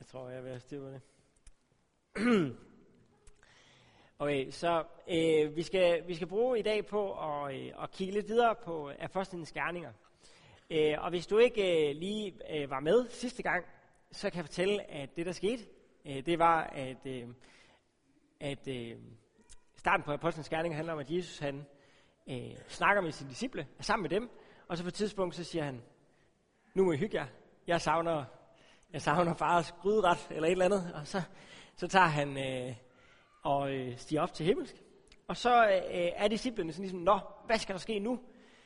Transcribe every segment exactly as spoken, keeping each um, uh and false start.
Jeg tror, jeg er ved at styre på det. Okay, så øh, vi, skal, vi skal bruge i dag på at, øh, at kigge lidt videre på apostlenes gerninger. Øh, og hvis du ikke øh, lige øh, var med sidste gang, så kan jeg fortælle, at det der skete, øh, det var, at, øh, at øh, starten på apostlenes gerninger handler om, at Jesus han øh, snakker med sine disciple, er sammen med dem, og så på et tidspunkt så siger han, nu må I hygge jer, jeg savner, jeg savner fars gryderet, eller et eller andet, og så, så tager han øh, og øh, stiger op til himmelsk. Og så øh, er disciplene sådan ligesom, nå, hvad skal der ske nu?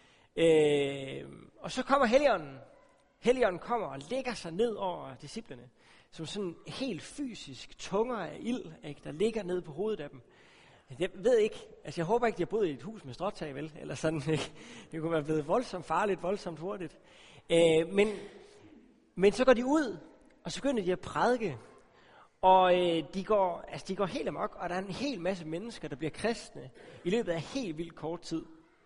Øh, og så kommer Helligånden. Helligånden kommer og lægger sig ned over disciplene, som sådan helt fysisk tunger af ild, ikke, der ligger ned på hovedet af dem. Jeg ved ikke, altså jeg håber ikke, de har boet i et hus med stråtag, vel? Eller sådan, ikke? Det kunne være blevet voldsomt farligt, voldsomt hurtigt. Øh, men, men så går de ud, og så begynder de at prædike. Og øh, de, går, altså, de går helt amok, og der er en hel masse mennesker, der bliver kristne i løbet af helt vildt kort tid.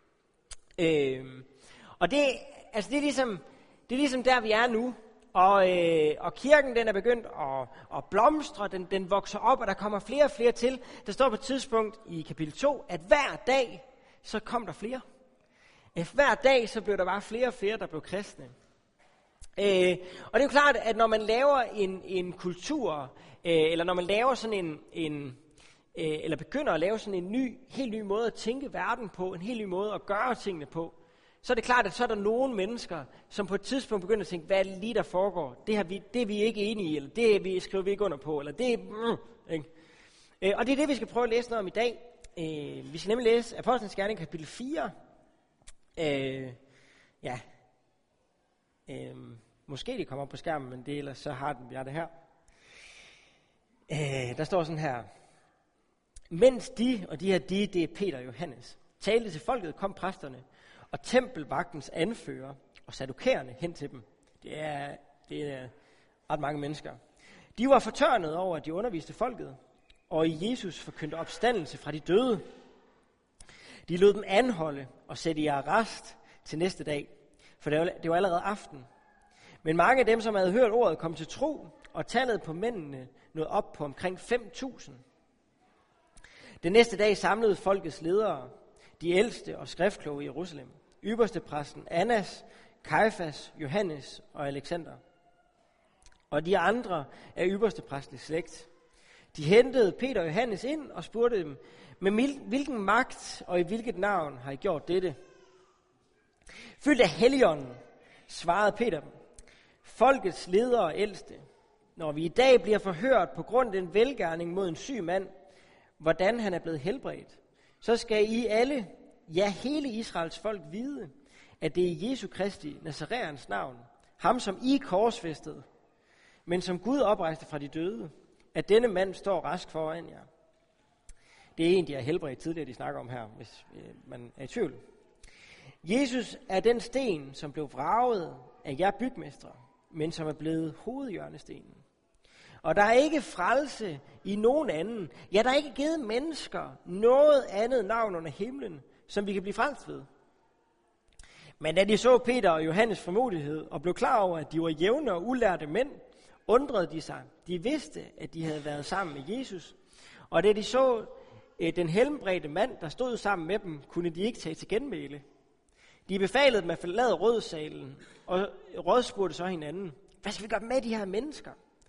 Øh, og det, altså, det, er ligesom, det er ligesom der, vi er nu. Og, øh, og kirken den er begyndt at, at blomstre, den, den vokser op, og der kommer flere og flere til. Der står på et tidspunkt i kapitel to, at hver dag, så kom der flere. Hver dag, så blev der bare flere og flere, der blev kristne. Øh, og det er jo klart, at når man laver en, en kultur, øh, eller når man laver sådan en, en øh, eller begynder at lave sådan en ny, helt ny måde at tænke verden på, en helt ny måde at gøre tingene på, så er det klart, at så er der nogle mennesker, som på et tidspunkt begynder at tænke, hvad er det lige, der foregår? Det, har vi, det er vi ikke enige i, eller det vi, skriver vi ikke under på, eller det er... Mm, ikke? Øh, og det er det, vi skal prøve at læse noget om i dag. Øh, vi skal nemlig læse Apostlenes Gerning, kapitel fire. Øh, ja... Øh, Måske det kommer op på skærmen, men det, ellers så har den, jeg det her. Øh, der står sådan her. Mens de, og de her de, det er Peter og Johannes, talte til folket, kom præsterne og tempelvagtens anfører og sadukærerne hen til dem. Det er, det er ret mange mennesker. De var fortørnet over, at de underviste folket, og i Jesus forkyndte opstandelse fra de døde. De lod dem anholde og sætte i arrest til næste dag, for det var, det var allerede aften. Men mange af dem, som havde hørt ordet, kom til tro, og tallet på mændene nåede op på omkring fem tusind. Den næste dag samlede folkets ledere, de ældste og skriftkloge i Jerusalem, ypperstepræsten Annas, Kajfas, Johannes og Alexander. Og de andre af ypperstepræstens slægt. De hentede Peter og Johannes ind og spurgte dem, med hvilken magt og i hvilket navn har I gjort dette? Fyldt af Helligånden, svarede Peter dem. Folkets ledere og ældste, når vi i dag bliver forhørt på grund af den velgerning mod en syg mand, hvordan han er blevet helbredt, så skal I alle, ja hele Israels folk vide, at det er Jesu Kristi Nazareans navn, ham som I korsfæstede, men som Gud oprejste fra de døde, at denne mand står rask foran jer. Det er en, de har helbredt tidligere, de snakker om her, hvis man er i tvivl. Jesus er den sten, som blev vraget af jer bygmestre, men som er blevet hovedhjørnestenen. Og der er ikke frelse i nogen anden. Ja, der er ikke givet mennesker noget andet navn under himlen, som vi kan blive frelst ved. Men da de så Peter og Johannes formodighed og blev klar over, at de var jævne og ulærte mænd, undrede de sig. De vidste, at de havde været sammen med Jesus. Og da de så eh, den helmbredte mand, der stod sammen med dem, kunne de ikke tage til genmæle. De befalede dem at forlade rådsalen, og rådspurgte så hinanden, hvad skal vi gøre med de her mennesker?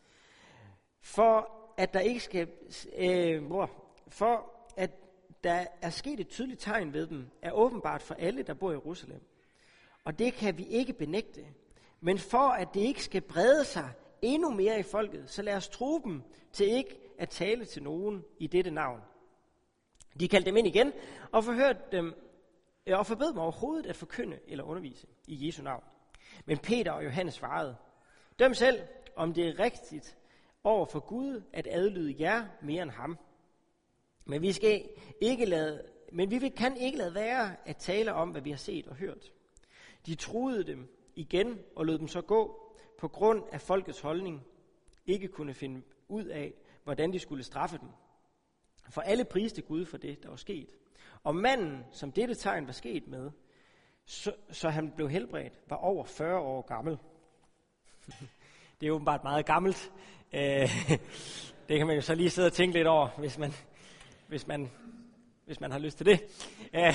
For at der ikke skal, øh, hvor, for at der er sket et tydeligt tegn ved dem, er åbenbart for alle, der bor i Jerusalem. Og det kan vi ikke benægte. Men for at det ikke skal brede sig endnu mere i folket, så lad os true dem til ikke at tale til nogen i dette navn. De kaldte dem ind igen og forhørte dem, og forbød dem overhovedet at forkynde eller undervise i Jesu navn. Men Peter og Johannes svarede, døm selv, om det er rigtigt over for Gud at adlyde jer mere end ham. Men vi, skal ikke lade, men vi kan ikke lade være at tale om, hvad vi har set og hørt. De truede dem igen og lod dem så gå, på grund af folkets holdning, ikke kunne finde ud af, hvordan de skulle straffe dem. For alle priste Gud for det, der var sket. Og manden, som dette tegn var sket med, så, så han blev helbredt, var over fyrre år gammel. Det er åbenbart meget gammelt. Øh, det kan man jo så lige sidde og tænke lidt over, hvis man, hvis man, hvis man har lyst til det. Øh,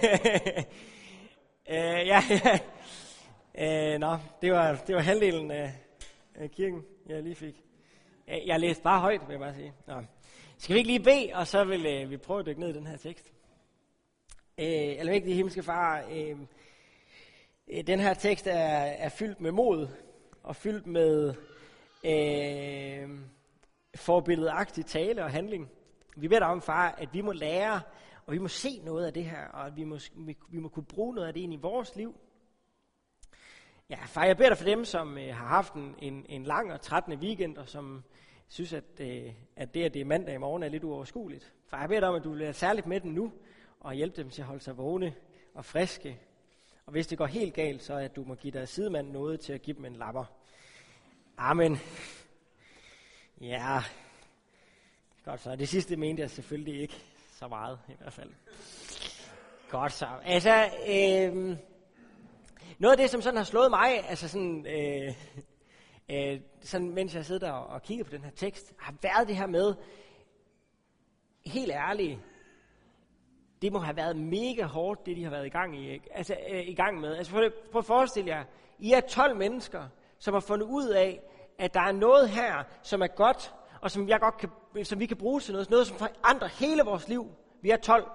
ja, ja. Øh, nå, det var, det var halvdelen af, af kirken, jeg lige fik. Jeg læste bare højt, vil jeg bare sige. Nå. Skal vi ikke lige bede, og så vil øh, vi prøve at dykke ned i den her tekst. Øh, Almægtige himmelske far, øh, øh, den her tekst er, er fyldt med mod, og fyldt med øh, forbilledagtig tale og handling. Vi beder dig om, far, at vi må lære, og vi må se noget af det her, og at vi må, vi, vi må kunne bruge noget af det ind i vores liv. Ja, far, jeg beder dig for dem, som øh, har haft en, en, en lang og trættende weekend, og som synes, at, øh, at det, at det er mandag i morgen, er lidt uoverskueligt. Far, jeg beder dig om, at du vil være særligt med dem nu, og hjælpe dem til at holde sig vågne og friske. Og hvis det går helt galt, så at du må give deres sidemand noget til at give dem en lapper. Amen. Ja, godt så. Det sidste mente jeg selvfølgelig ikke så meget, i hvert fald. Godt så. Altså, øh, noget af det, som sådan har slået mig, altså sådan, øh, øh, sådan mens jeg sidder og, og kigger på den her tekst, har været det her med, helt ærligt, det må have været mega hårdt, det de har været i gang i, ikke? Altså, øh, i gang med. Altså, prøv, prøv at forestille jer, I er tolv mennesker, som har fundet ud af, at der er noget her, som er godt, og som, jeg godt kan, som vi kan bruge til noget, noget som forandrer hele vores liv. Vi er tolv.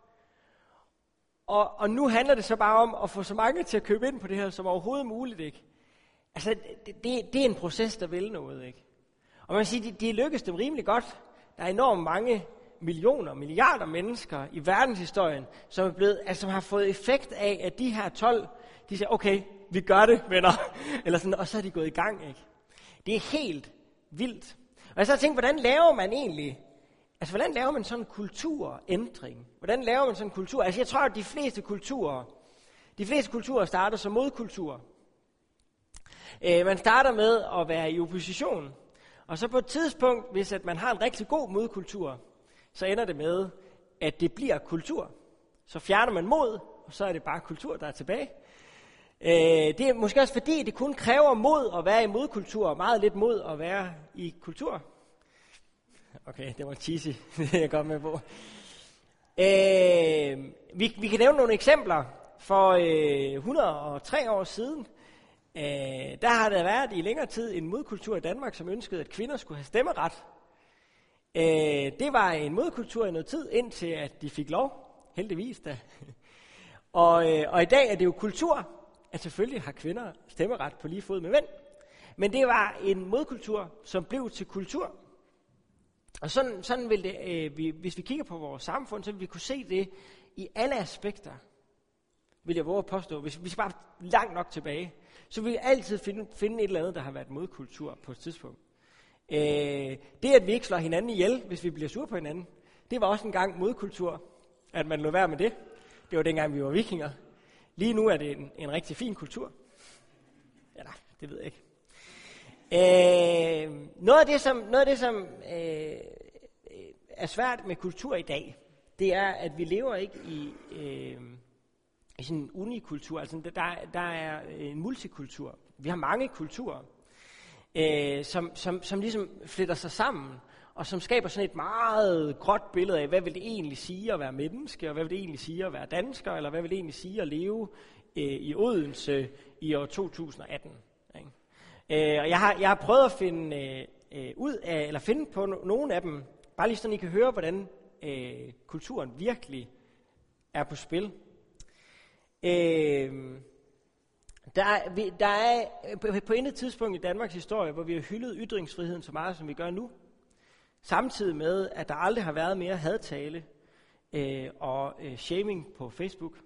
Og, og nu handler det så bare om at få så mange til at købe ind på det her, som overhovedet muligt, ikke? Altså, det, det, det er en proces, der vil noget, ikke? Og man kan sige, de, de lykkes dem rimelig godt. Der er enormt mange millioner, milliarder mennesker i verdenshistorien, som er blevet, altså, som har fået effekt af, at de her tolv, de siger, okay, vi gør det, venner. Eller sådan, og så er de gået i gang, ikke? Det er helt vildt. Og jeg så har tænkt, hvordan laver man egentlig, altså hvordan laver man sådan en kulturændring? Hvordan laver man sådan en kultur? Altså jeg tror, at de fleste kulturer, de fleste kulturer starter som modkultur. Øh, man starter med at være i opposition. Og så på et tidspunkt, hvis at man har en rigtig god modkultur, så ender det med, at det bliver kultur. Så fjerner man mod, og så er det bare kultur, der er tilbage. Øh, det er måske også fordi, det kun kræver mod at være i modkultur, og meget lidt mod at være i kultur. Okay, det var cheesy, det er jeg godt med på. Øh, vi, vi kan nævne nogle eksempler. For øh, et hundrede og tre år siden, øh, der har der været i længere tid en modkultur i Danmark, som ønskede, at kvinder skulle have stemmeret. Øh, det var en modkultur i noget tid, indtil at de fik lov, heldigvis da. og, øh, og i dag er det jo kultur, at selvfølgelig har kvinder stemmeret på lige fod med mænd. Men det var en modkultur, som blev til kultur. Og sådan, sådan vil det, øh, vi, hvis vi kigger på vores samfund, så vil vi kunne se det i alle aspekter, vil jeg våge at påstå. Hvis vi skal bare langt nok tilbage, så vil vi altid finde, finde et eller andet, der har været modkultur på et tidspunkt. Øh, det, at vi ikke slår hinanden ihjel, hvis vi bliver sure på hinanden, det var også en gang modkultur, at man lod være med det. Det var dengang, vi var vikinger. Lige nu er det en, en rigtig fin kultur. Eller, det ved jeg ikke. Øh, noget af det, som, noget af det, som øh, er svært med kultur i dag, det er, at vi lever ikke i, øh, i sådan en unikultur. Altså, der, der er en multikultur. Vi har mange kulturer, øh, som, som, som ligesom fletter sig sammen, og som skaber sådan et meget gråt billede af, hvad vil det egentlig sige at være menneske, og hvad vil det egentlig sige at være dansker, eller hvad vil det egentlig sige at leve øh, i Odense i år to tusind og atten. Ikke? Øh, og jeg har, jeg har prøvet at finde øh, ud af, eller finde på no- nogle af dem, bare lige sådan, I kan høre, hvordan øh, kulturen virkelig er på spil. Øh, der, er, der er på, på intet tidspunkt i Danmarks historie, hvor vi har hyldet ytringsfriheden så meget, som vi gør nu, samtidig med, at der aldrig har været mere hadtale øh, og øh, shaming på Facebook.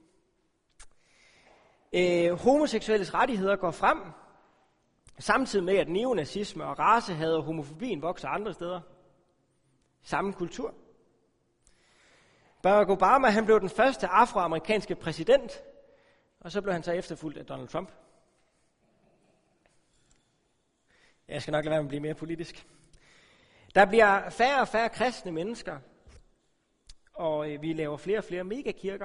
Øh, homoseksuelles rettigheder går frem, samtidig med, at neonazisme og racehad og homofobien vokser andre steder. Samme kultur. Barack Obama, han blev den første afroamerikanske præsident, og så blev han så efterfulgt af Donald Trump. Jeg skal nok lade være med at blive mere politisk. Der bliver færre og færre kristne mennesker, og vi laver flere og flere megakirker.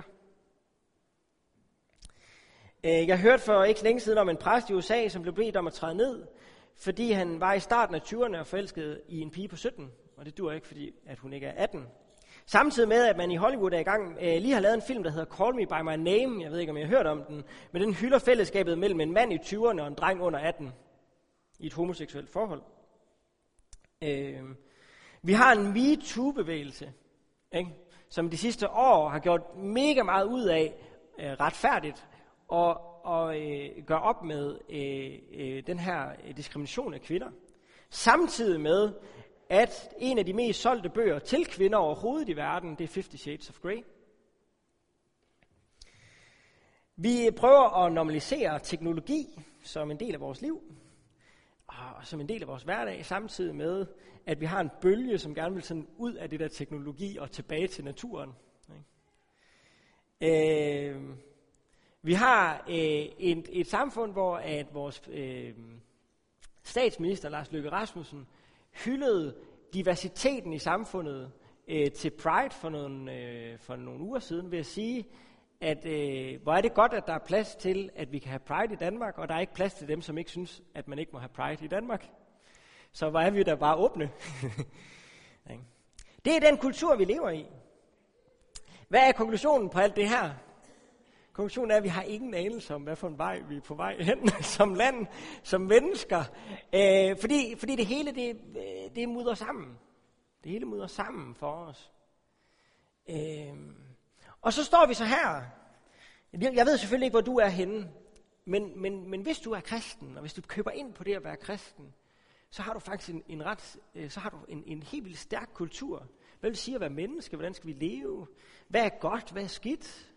Jeg hørte for ikke så længe siden om en præst i U S A, som blev bedt om at træde ned, fordi han var i starten af tyverne og forelsket i en pige på sytten, og det dur ikke, fordi at hun ikke er atten. Samtidig med, at man i Hollywood er i gang, øh, lige har lavet en film, der hedder Call Me By My Name, jeg ved ikke, om jeg har hørt om den, men den hylder fællesskabet mellem en mand i tyverne og en dreng under atten i et homoseksuelt forhold. Øh, vi har en MeToo-bevægelse, ikke, som de sidste år har gjort mega meget ud af øh, retfærdigt og, og øh, gør op med øh, øh, den her øh, diskrimination af kvinder. Samtidig med, at en af de mest solgte bøger til kvinder overhovedet i verden, det er Fifty Shades of Grey. Vi prøver at normalisere teknologi som en del af vores liv, og som en del af vores hverdag, samtidig med, at vi har en bølge, som gerne vil sådan ud af det der teknologi og tilbage til naturen. Øh, vi har øh, et, et samfund, hvor at vores øh, statsminister, Lars Løkke Rasmussen, hyldede diversiteten i samfundet øh, til Pride for nogle, øh, for nogle uger siden ved at sige, at øh, hvor er det godt, at der er plads til, at vi kan have Pride i Danmark, og der er ikke plads til dem, som ikke synes, at man ikke må have Pride i Danmark. Så hvor er vi da bare åbne. Det er den kultur, vi lever i. Hvad er konklusionen på alt det her? Konklusionen er, at vi har ingen anelse om, hvad for en vej vi er på vej hen som land, som mennesker. Øh, fordi, fordi det hele, det, det mudrer sammen. Det hele mudrer sammen for os. Øh, og så står vi så her. Jeg ved selvfølgelig ikke, hvor du er henne. Men, men, men hvis du er kristen, og hvis du køber ind på det at være kristen, så har du faktisk en, en ret, så har du en, en helt vildt stærk kultur. Hvad vil sige at være menneske? Hvordan skal vi leve? Hvad er godt? Hvad er skidt?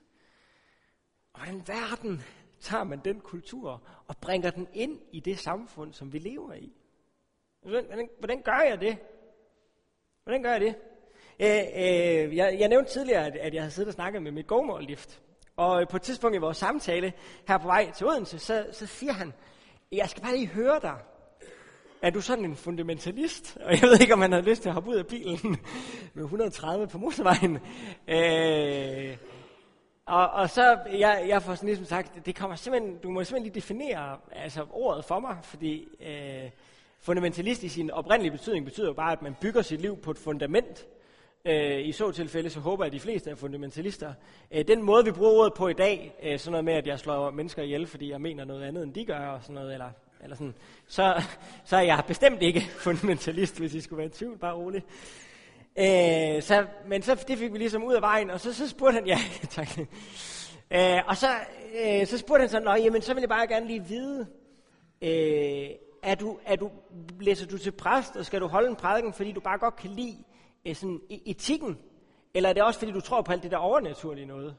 Og hvordan verden tager man den kultur og bringer den ind i det samfund, som vi lever i? Hvordan, hvordan gør jeg det? Hvordan gør jeg det? Øh, øh, jeg, jeg nævnte tidligere, at, at jeg havde siddet og snakket med mit GoMore-lift. Og på et tidspunkt i vores samtale her på vej til Odense, så, så siger han, jeg skal bare lige høre dig. Er du sådan en fundamentalist? Og jeg ved ikke, om han havde lyst til at hoppe ud af bilen med et hundrede og tredive på motorvejen. Øh, og, og så, jeg, jeg får sådan ligesom sagt, det kommer simpelthen, du må simpelthen lige definere altså, ordet for mig, fordi øh, fundamentalist i sin oprindelige betydning betyder jo bare, at man bygger sit liv på et fundament. Øh, I så tilfælde, så håber jeg, at de fleste er fundamentalister. Øh, den måde, vi bruger ordet på i dag, øh, sådan noget med, at jeg slår mennesker ihjel, fordi jeg mener noget andet, end de gør, og sådan noget, eller, eller sådan, så, så er jeg bestemt ikke fundamentalist, hvis I skulle være i tvivl, bare roligt. Øh, så, men så det fik vi ligesom ud af vejen, og så, så spurgte han, ja, tak. Øh, og så, øh, så spurgte han sådan, nå, jamen, så vil jeg bare gerne lige vide, øh, er du, er du, læser du til præst, og skal du holde en prædiken, fordi du bare godt kan lide øh, sådan etikken, eller er det også, fordi du tror på alt det der overnaturlige noget?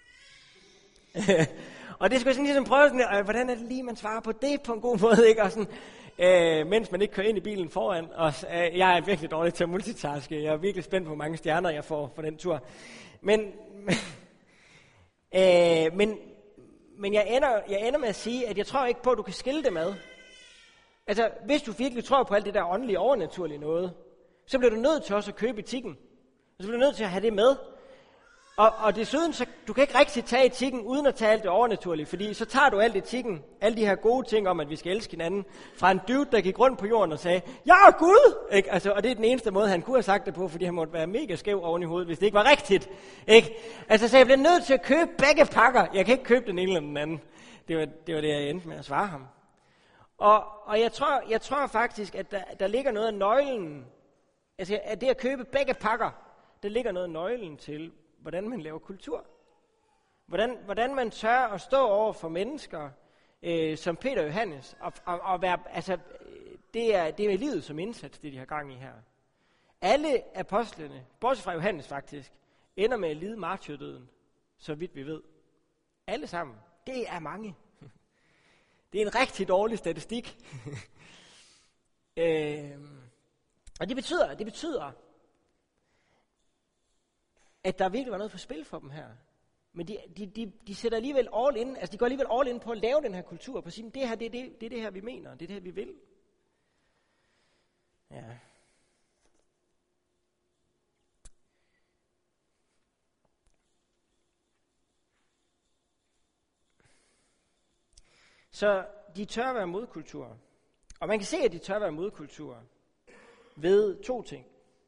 Og det skulle jeg sådan ligesom prøve, sådan, øh, hvordan er det lige, man svarer på det på en god måde, ikke? Og sådan, øh, mens man ikke kører ind i bilen foran. Og øh, jeg er virkelig dårlig til at multitaske. Jeg er virkelig spændt på, hvor mange stjerner jeg får for den tur. Men, øh, men, men jeg, ender, jeg ender med at sige, at jeg tror ikke på, at du kan skille det med. Altså, hvis du virkelig tror på alt det der åndelige, overnaturlige noget, så bliver du nødt til også at købe etikken. Og så bliver du nødt til at have det med. Og, og desuden, så du kan ikke rigtig tage etikken, uden at tage alt det overnaturlige, fordi så tager du alt etikken, alle de her gode ting om, at vi skal elske hinanden, fra en dude, der gik rundt på jorden og sagde, jeg er Gud! Ikke? Altså, og det er den eneste måde, han kunne have sagt det på, fordi han måtte være mega skæv oven i hovedet, hvis det ikke var rigtigt. Ikke? Altså, så jeg bliver nødt til at købe begge pakker. Jeg kan ikke købe den ene eller den anden. Det var det, var det jeg endte med at svare ham. Og, og jeg, tror, jeg tror faktisk, at der, der ligger noget af nøglen, altså at det at købe begge pakker, der ligger noget af nøglen til, hvordan man laver kultur. Hvordan, hvordan man tør at stå over for mennesker, øh, som Peter og Johannes, og, og, og være, altså, det er, det er livet som indsats, det de har gang i her. Alle apostlene, bortset fra Johannes faktisk, ender med at lide martyrdøden, så vidt vi ved. Alle sammen. Det er mange. Det er en rigtig dårlig statistik. øh, og det betyder, det betyder, at der virkelig var noget for spil for dem her. Men de, de, de, de sætter alligevel all in, altså de går alligevel all in på at lave den her kultur, på at sige, det her, det er det, det, er det her, vi mener, det er det her, vi vil. Ja. Så de tør være modkultur. Og man kan se, at de tør være modkultur ved to ting.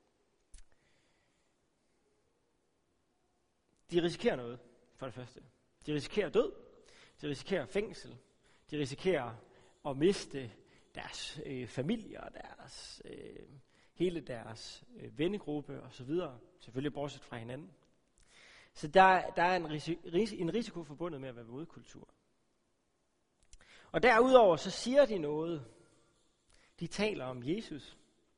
De risikerer noget, for det første. De risikerer død, de risikerer fængsel, de risikerer at miste deres øh, familier, deres, øh, hele deres øh, vennegruppe osv., selvfølgelig bortset fra hinanden. Så der, der er en, risi- en risiko forbundet med at være modkultur. Og derudover så siger de noget. De taler om Jesus.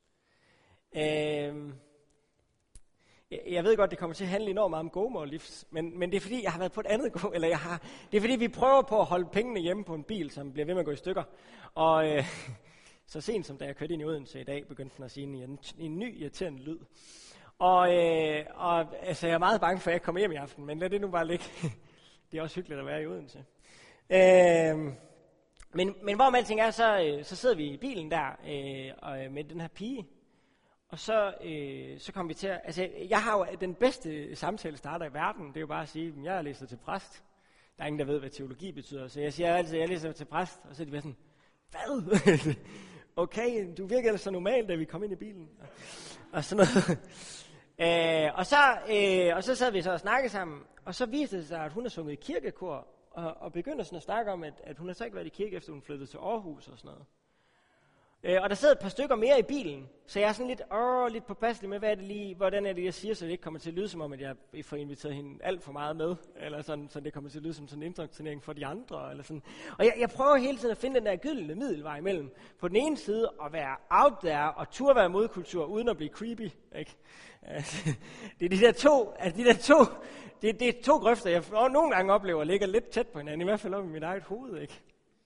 Øh, Jeg ved godt, det kommer til at handle enormt meget om GoMore-lifts, men, men det er fordi, jeg har været på et andet go, eller jeg har, det er fordi, vi prøver på at holde pengene hjemme på en bil, som bliver ved med at gå i stykker. Og øh, så sent som da jeg kørte ind i Odense i dag, begyndte den at sige en, en, en ny irriterende lyd. Og, øh, og altså, jeg er meget bange for, at jeg kommer hjem i aften, men lad det nu bare ligge. Det er også hyggeligt at være i Odense. Øh, men, men hvor alting er, så, så sidder vi i bilen der øh, og, med den her pige. Og så, øh, så kom vi til at, altså jeg har jo den bedste samtale starter i verden, det er jo bare at sige, at jeg er læser til præst. Der er ingen, der ved, hvad teologi betyder, så jeg siger altid, at jeg læser til præst, og så er de bare sådan, hvad? Okay, du virker så normalt, da vi kom ind i bilen. Og, og sådan noget. øh, og, så, øh, og så sad vi så og snakkede sammen, og så viste det sig, at hun har sunget i kirkekor, og, og begyndte sådan at snakke om, at, at hun har så ikke været i kirke, efter hun flyttede til Aarhus og sådan noget. Øh, og der sidder et par stykker mere i bilen, så jeg er sådan lidt, åh, lidt påpasselig med, hvad er det lige, hvordan er det, jeg siger, så det ikke kommer til at lyde som om, at jeg får inviteret hende alt for meget med, eller sådan, så det kommer til at lyde som sådan en indoktrinering for de andre, eller sådan. Og jeg, jeg prøver hele tiden at finde den der gyldne middelvej imellem, på den ene side at være out there, og turde være modkultur, uden at blive creepy, ikke? Altså, det er de der to, altså de der to, det, det er to grøfter, jeg nogle gange oplever, ligger lidt tæt på hinanden, i hvert fald op i mit eget hoved, ikke?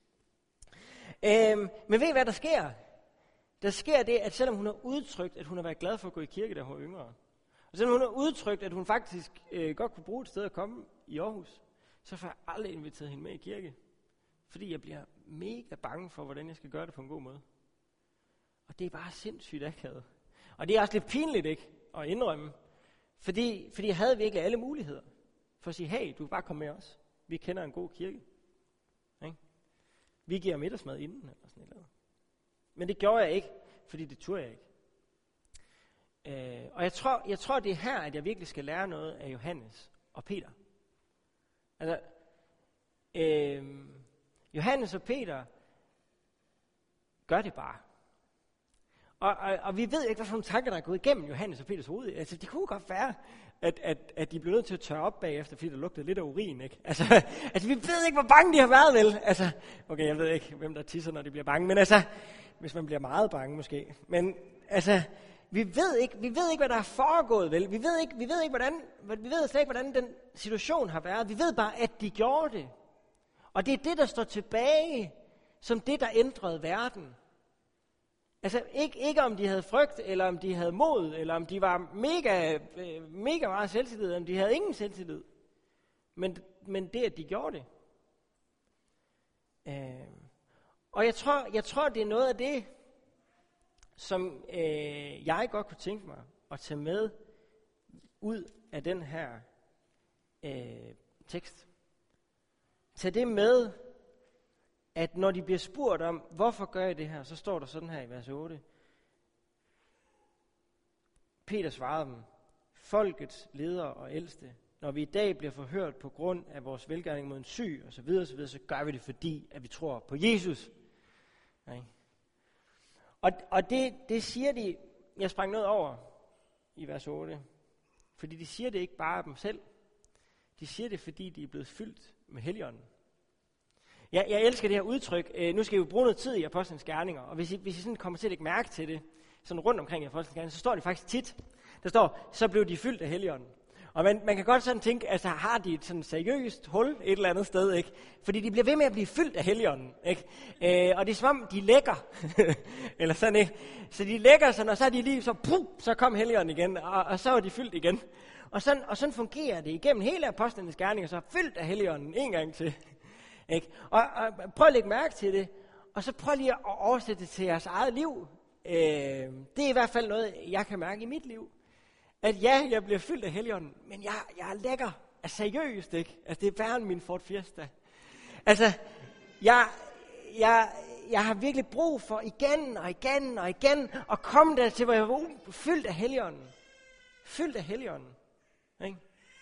Øhm, men ved I, hvad der sker? Der sker det, at selvom hun har udtrykt, at hun har været glad for at gå i kirke, da hun var yngre, og selvom hun har udtrykt, at hun faktisk øh, godt kunne bruge et sted at komme i Aarhus, så får jeg aldrig inviteret hende med i kirke. Fordi jeg bliver mega bange for, hvordan jeg skal gøre det på en god måde. Og det er bare sindssygt akavet. Og det er også lidt pinligt, ikke, at indrømme. Fordi, fordi jeg havde virkelig alle muligheder for at sige, hey, du kan bare komme med os. Vi kender en god kirke. Ikke? Vi giver middagsmad inden, eller sådan noget. Men det gjorde jeg ikke, fordi det turde jeg ikke. Øh, og jeg tror, jeg tror, det er her, at jeg virkelig skal lære noget af Johannes og Peter. Altså, øh, Johannes og Peter gør det bare. Og, og, og vi ved ikke, hvad for nogle tanker, der er gået igennem Johannes og Peters hoved. Altså, det kunne godt være, at, at, at de blev nødt til at tørre op bagefter, fordi der lugtede lidt af urin, ikke? Altså, altså, vi ved ikke, hvor bange de har været, vel? Altså, okay, jeg ved ikke, hvem der tisser, når de bliver bange, men altså, hvis man bliver meget bange måske. Men altså, vi ved ikke, vi ved ikke, hvad der er foregået, vel? Vi ved ikke, vi ved ikke, hvordan, vi ved slet ikke, hvordan den situation har været. Vi ved bare, at de gjorde det. Og det er det, der står tilbage, som det, der ændrede verden. Altså ikke, ikke om de havde frygt, eller om de havde mod, eller om de var mega, mega meget selvtillid, eller om de havde ingen selvtillid. Men, men det, at de gjorde det. Øh, og jeg tror, jeg tror, det er noget af det, som øh, jeg godt kunne tænke mig at tage med ud af den her øh, tekst. Tag det med, at når de bliver spurgt om, hvorfor gør jeg det her, så står der sådan her i vers otte. Peter svarede dem, folkets ledere og ældste, når vi i dag bliver forhørt på grund af vores velgærning mod en syg, og så videre, så videre, så gør vi det, fordi at vi tror på Jesus. Nej. Og, og det, det siger de, jeg sprang noget over i vers otte, fordi de siger det ikke bare af dem selv, de siger det, fordi de er blevet fyldt med Helligånden. Jeg, jeg elsker det her udtryk. Øh, nu skal vi bruge noget tid i Apostlenes Gerninger, og hvis I, hvis I sådan kommer til at lægge mærke til det, sådan rundt omkring i Apostlenes Gerninger, så står det faktisk tit. Der står, så blev de fyldt af Helligånden. Og man, man kan godt sådan tænke, altså har de et sådan seriøst hul et eller andet sted, ikke? Fordi de bliver ved med at blive fyldt af Helligånden, ikke? Øh, og det er som om, de lækker. eller sådan, ikke? Så de lækker sådan, og så er de lige så, puh, så kom Helligånden igen, og, og så er de fyldt igen. Og sådan, og sådan fungerer det igennem hele Apostlenes Gerninger, så fyldt af Helligånden en gang til. Ikke? Og, og prøv at lægge mærke til det, og så prøv lige at oversætte det til jeres eget liv. Øh, det er i hvert fald noget, jeg kan mærke i mit liv. At ja, jeg bliver fyldt af Helligånden, men jeg, jeg er lækker. Altså seriøst, ikke? Altså det er værre end min Ford Fiesta. Altså, jeg, jeg, jeg har virkelig brug for igen og igen og igen at komme der til, hvor jeg var fyldt af Helligånden. Fyldt af Helligånden. Ikke?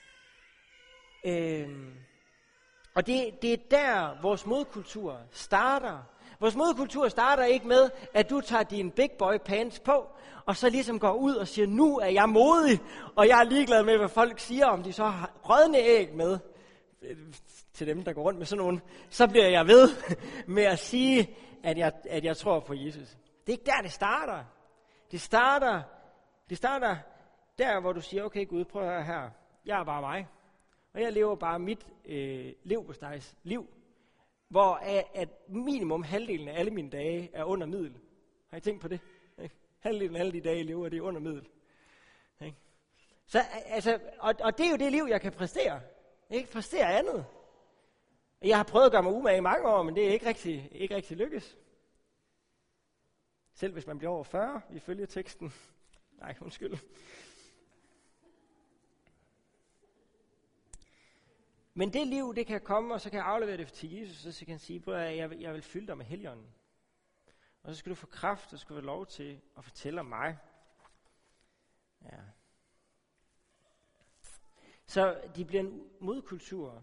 Øhm, og det, det er der, vores modkultur starter. Vores modkultur starter ikke med, at du tager din big boy pants på, og så ligesom går ud og siger, nu er jeg modig, og jeg er ligeglad med, hvad folk siger, om de så har rødne æg med. Til dem, der går rundt med sådan nogle, så bliver jeg ved med at sige, at jeg, at jeg tror på Jesus. Det er ikke der, det starter. Det starter, det starter der, hvor du siger, okay Gud, prøv at høre her. Jeg er bare mig. Og jeg lever bare mit øh, leverpostejs liv, hvor at, at minimum halvdelen af alle mine dage er under middel. Har I tænkt på det? Ikke? Halvdelen af alle de dage, jeg lever, det er under middel. Ikke? Så, altså, og, og det er jo det liv, jeg kan præstere. Ikke præstere andet. Jeg har prøvet at gøre mig umage i mange år, men det er ikke rigtig, ikke rigtig lykkes. Selv hvis man bliver over fyrre, ifølge teksten. Nej, undskyld. Men det liv, det kan komme, og så kan jeg aflevere det til Jesus, og så kan han sige, at jeg, jeg vil fylde dig med Helligånden. Og så skal du få kraft, og så skal du have lov til at fortælle om mig. Ja. Så de bliver en modkultur,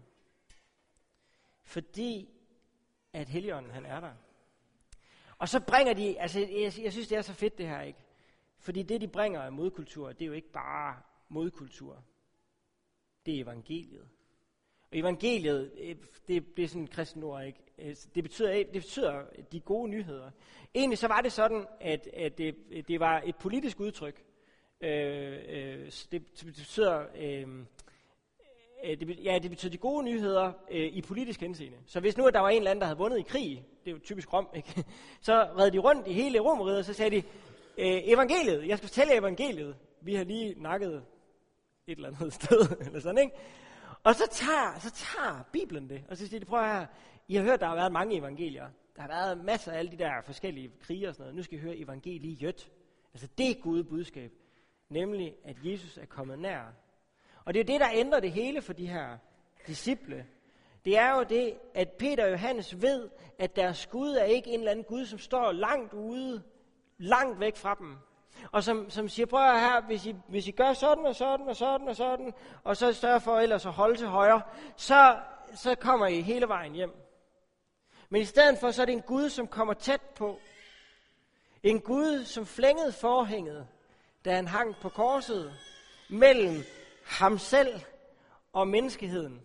fordi at Helligånden, han er der. Og så bringer de, altså jeg, jeg synes, det er så fedt det her, ikke? Fordi det, de bringer af modkultur, det er jo ikke bare modkultur. Det er evangeliet. Og evangeliet, det, det er sådan et kristen ord, ikke? Det betyder, det betyder de gode nyheder. Egentlig så var det sådan, at, at det, det var et politisk udtryk. Øh, øh, det betyder... Øh, Det, ja, det betyder de gode nyheder øh, i politisk henseende. Så hvis nu at der var en eller anden, der havde vundet i krig, det er jo typisk Rom, ikke? Så red de rundt i hele Romerriget, og så sagde de, øh, evangeliet, jeg skal fortælle evangeliet. Vi har lige nakket et eller andet sted, eller sådan, ikke? Og så tager, så tager Bibelen det, og så siger de, prøv her, I har hørt, der har været mange evangelier. Der har været masser af alle de der forskellige krige og sådan noget. Nu skal I høre evangeliet. Altså det gode budskab, nemlig at Jesus er kommet nær. Og det er det, der ændrer det hele for de her disciple. Det er jo det, at Peter og Johannes ved, at deres Gud er ikke en eller anden Gud, som står langt ude, langt væk fra dem. Og som, som siger, prøv her, hvis I, hvis I gør sådan og sådan og sådan og sådan, og så sørger for ellers at holde til højre, så, så kommer I hele vejen hjem. Men i stedet for, så er det en Gud, som kommer tæt på. En Gud, som flængede forhænget, da han hang på korset, mellem ham selv og menneskeheden.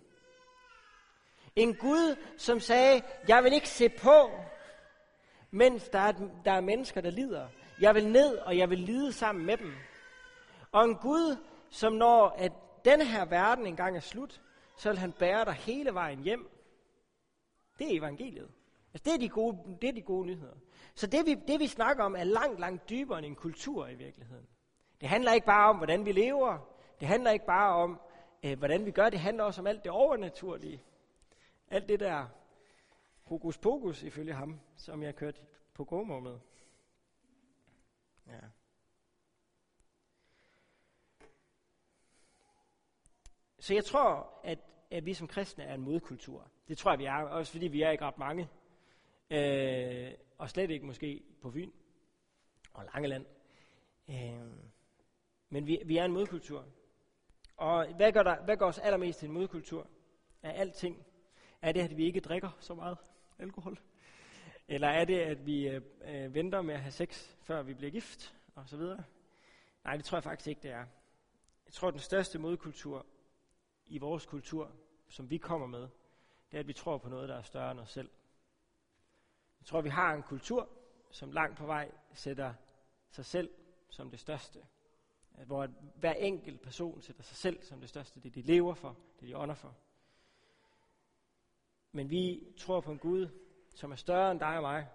En Gud, som sagde, jeg vil ikke se på, mens der er, der er mennesker, der lider. Jeg vil ned, og jeg vil lide sammen med dem. Og en Gud, som når at denne her verden engang er slut, så vil han bære dig hele vejen hjem. Det er evangeliet. Altså, det er de gode, det er de gode nyheder. Så det vi, det vi snakker om er langt, langt dybere end en kultur i virkeligheden. Det handler ikke bare om, hvordan vi lever. Det handler ikke bare om, øh, hvordan vi gør. Det handler også om alt det overnaturlige. Alt det der hokus pokus, ifølge ham, som jeg har kørt på GoMore med. Ja. Så jeg tror, at, at vi som kristne er en modkultur. Det tror jeg, vi er. Også fordi vi er ikke ret mange. Øh, og slet ikke måske på Fyn og Langeland. Øh, men vi, vi er en modkultur. Og hvad gør, der, hvad gør os allermest til en modkultur? Af alting? Er det, at vi ikke drikker så meget alkohol? Eller er det, at vi øh, venter med at have sex, før vi bliver gift? Og så videre? Nej, det tror jeg faktisk ikke, det er. Jeg tror, at den største modkultur i vores kultur, som vi kommer med, det er, at vi tror på noget, der er større end os selv. Jeg tror, vi har en kultur, som langt på vej sætter sig selv som det største. Hvor hver enkelt person sætter sig selv som det største. Det de lever for, det de ånder for. Men vi tror på en Gud, som er større end dig og mig.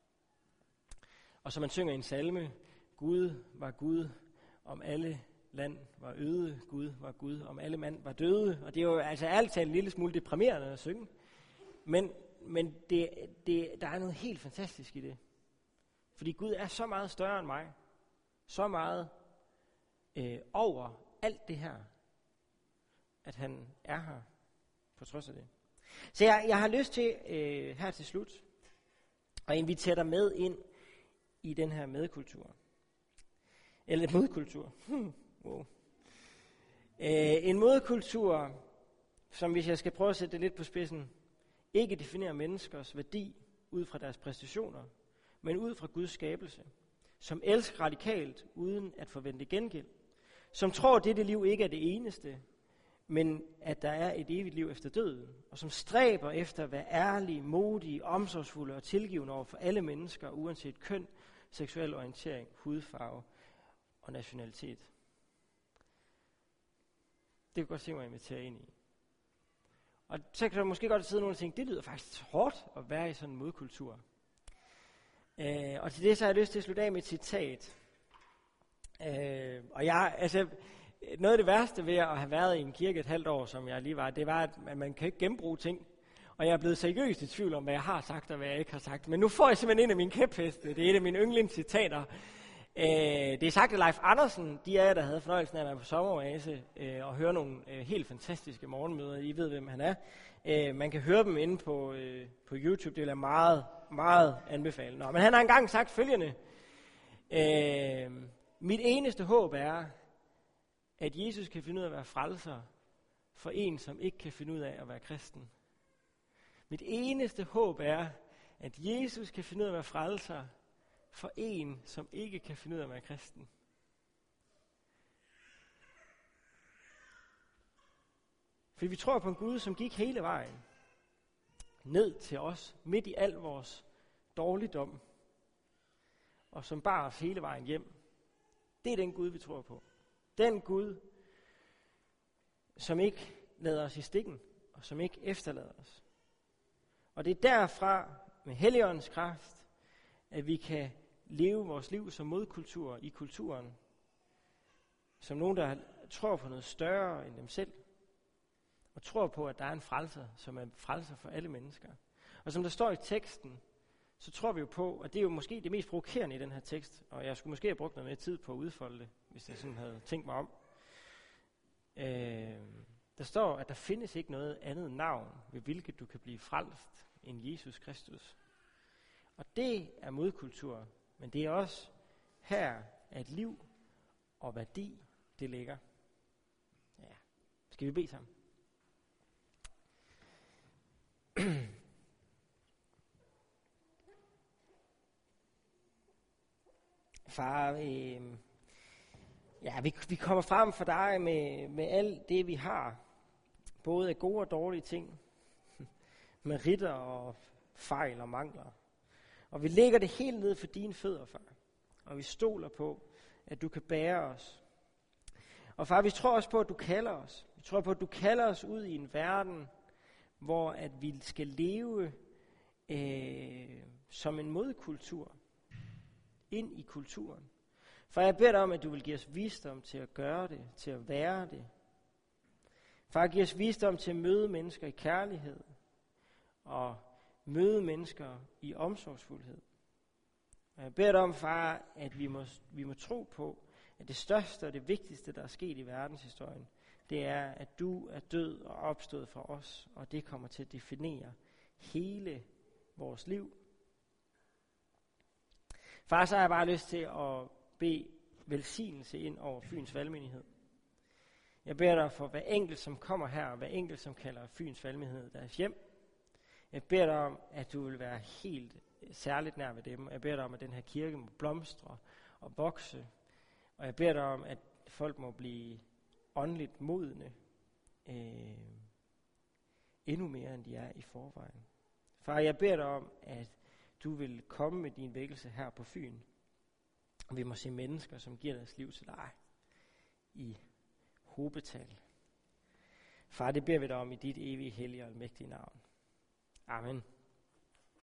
Og som man synger i en salme, Gud var Gud, om alle land var øde. Gud var Gud, om alle mand var døde. Og det er jo altså ærligt talt en lille smule deprimerende at synge. Men, men det, det, der er noget helt fantastisk i det. Fordi Gud er så meget større end mig. Så meget øh, over alt det her. At han er her på trods af det. Så jeg, jeg har lyst til øh, her til slut og inviterer dig med ind i den her medkultur. Eller modkultur. Hmm. Wow. Øh, en modkultur, som hvis jeg skal prøve at sætte det lidt på spidsen, ikke definerer menneskers værdi ud fra deres præstationer, men ud fra Guds skabelse, som elsker radikalt uden at forvente gengæld, som tror, at dette liv ikke er det eneste, men at der er et evigt liv efter døden, og som stræber efter at være ærlige, modige, omsorgsfulde og tilgivende over for alle mennesker, uanset køn, seksuel orientering, hudfarve og nationalitet. Det kan godt se mig at invitere ind i. Og så kan du måske godt sidde nogen og tænke, det lyder faktisk hårdt at være i sådan en modkultur. Øh, og til det så har jeg lyst til at slutte af med et citat. Øh, og jeg, altså, noget af det værste ved at have været i en kirke et halvt år, som jeg lige var, det var, at man kan ikke genbruge ting. Og jeg er blevet seriøst i tvivl om, hvad jeg har sagt og hvad jeg ikke har sagt. Men nu får jeg simpelthen en af mine kæpheste. Det er et af mine yndlingscitater. Øh, det er sagt af Leif Andersen. De af jer, der havde fornøjelsen af at være på sommeroase øh, og høre nogle øh, helt fantastiske morgenmøder. I ved, hvem han er. Øh, man kan høre dem inde på, øh, på YouTube. Det vil jeg meget, meget anbefale. Nå, men han har engang sagt følgende. Øh, Mit eneste håb er, at Jesus kan finde ud af at være frelser for en, som ikke kan finde ud af at være kristen. Mit eneste håb er, at Jesus kan finde ud af at være frelser for en, som ikke kan finde ud af at være kristen. For vi tror på en Gud, som gik hele vejen ned til os, midt i al vores dårligdom, og som bar os hele vejen hjem. Det er den Gud, vi tror på. Den Gud, som ikke lader os i stikken, og som ikke efterlader os. Og det er derfra, med Helligåndens kraft, at vi kan leve vores liv som modkultur i kulturen. Som nogen, der tror på noget større end dem selv. Og tror på, at der er en frelser, som er frelser for alle mennesker. Og som der står i teksten, så tror vi jo på, og det er jo måske det mest provokerende i den her tekst, og jeg skulle måske have brugt noget mere tid på at udfolde det, hvis jeg sådan havde tænkt mig om. Øh, der står, at der findes ikke noget andet navn, ved hvilket du kan blive frelst, end Jesus Kristus. Og det er modkultur, men det er også her, at liv og værdi, det ligger. Ja. Skal vi bede sammen? Far, øh, ja, vi, vi kommer frem for dig med, med alt det, vi har. Både af gode og dårlige ting. Meritter og fejl og mangler. Og vi lægger det helt ned for dine fødder, far. Og vi stoler på, at du kan bære os. Og far, vi tror også på, at du kalder os. Vi tror på, at du kalder os ud i en verden, hvor at vi skal leve øh, som en modkultur. Ind i kulturen. For jeg beder dig om, at du vil give os visdom til at gøre det, til at være det. Far, giv os visdom til at møde mennesker i kærlighed, og møde mennesker i omsorgsfuldhed. Og jeg beder dig om, far, at vi må, vi må tro på, at det største og det vigtigste, der er sket i verdenshistorien, det er, at du er død og opstået for os, og det kommer til at definere hele vores liv. Far, så har jeg bare lyst til at bede velsignelse ind over Fyns valgmenighed. Jeg beder dig for hver enkelt, som kommer her, og hver enkelt, som kalder Fyns valgmenighed deres hjem. Jeg beder dig om, at du vil være helt særligt nær ved dem. Jeg beder dig om, at den her kirke må blomstre og vokse. Og jeg beder dig om, at folk må blive åndeligt modne. Øh, endnu mere, end de er i forvejen. Far, jeg beder dig om, at du vil komme med din vækkelse her på Fyn. Og vi må se mennesker, som giver deres liv til dig i hobetal. Far, det beder vi dig om i dit evige, hellige og mægtige navn. Amen.